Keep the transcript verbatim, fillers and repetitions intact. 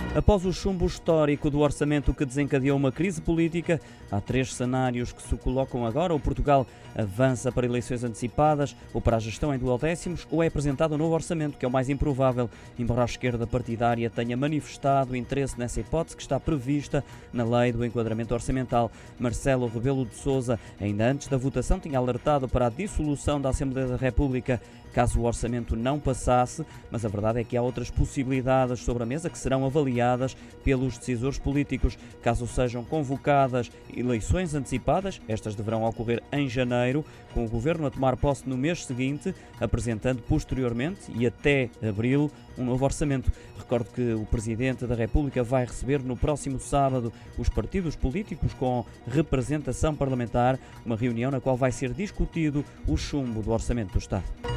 Após o chumbo histórico do orçamento que desencadeou uma crise política, há três cenários que se colocam agora. O Portugal avança para eleições antecipadas, ou para a gestão em duodécimos, ou é apresentado um novo orçamento, que é o mais improvável, embora a esquerda partidária tenha manifestado interesse nessa hipótese que está prevista na lei do enquadramento orçamental. Marcelo Rebelo de Sousa, ainda antes da votação, tinha alertado para a dissolução da Assembleia da República caso o orçamento não passasse, mas a verdade é que há outras possibilidades sobre a mesa que serão avaliadas pelos decisores políticos. Caso sejam convocadas eleições antecipadas, estas deverão ocorrer em janeiro, com o governo a tomar posse no mês seguinte, apresentando posteriormente e até abril um novo orçamento. Recordo que o Presidente da República vai receber no próximo sábado os partidos políticos com representação parlamentar, uma reunião na qual vai ser discutido o chumbo do Orçamento do Estado.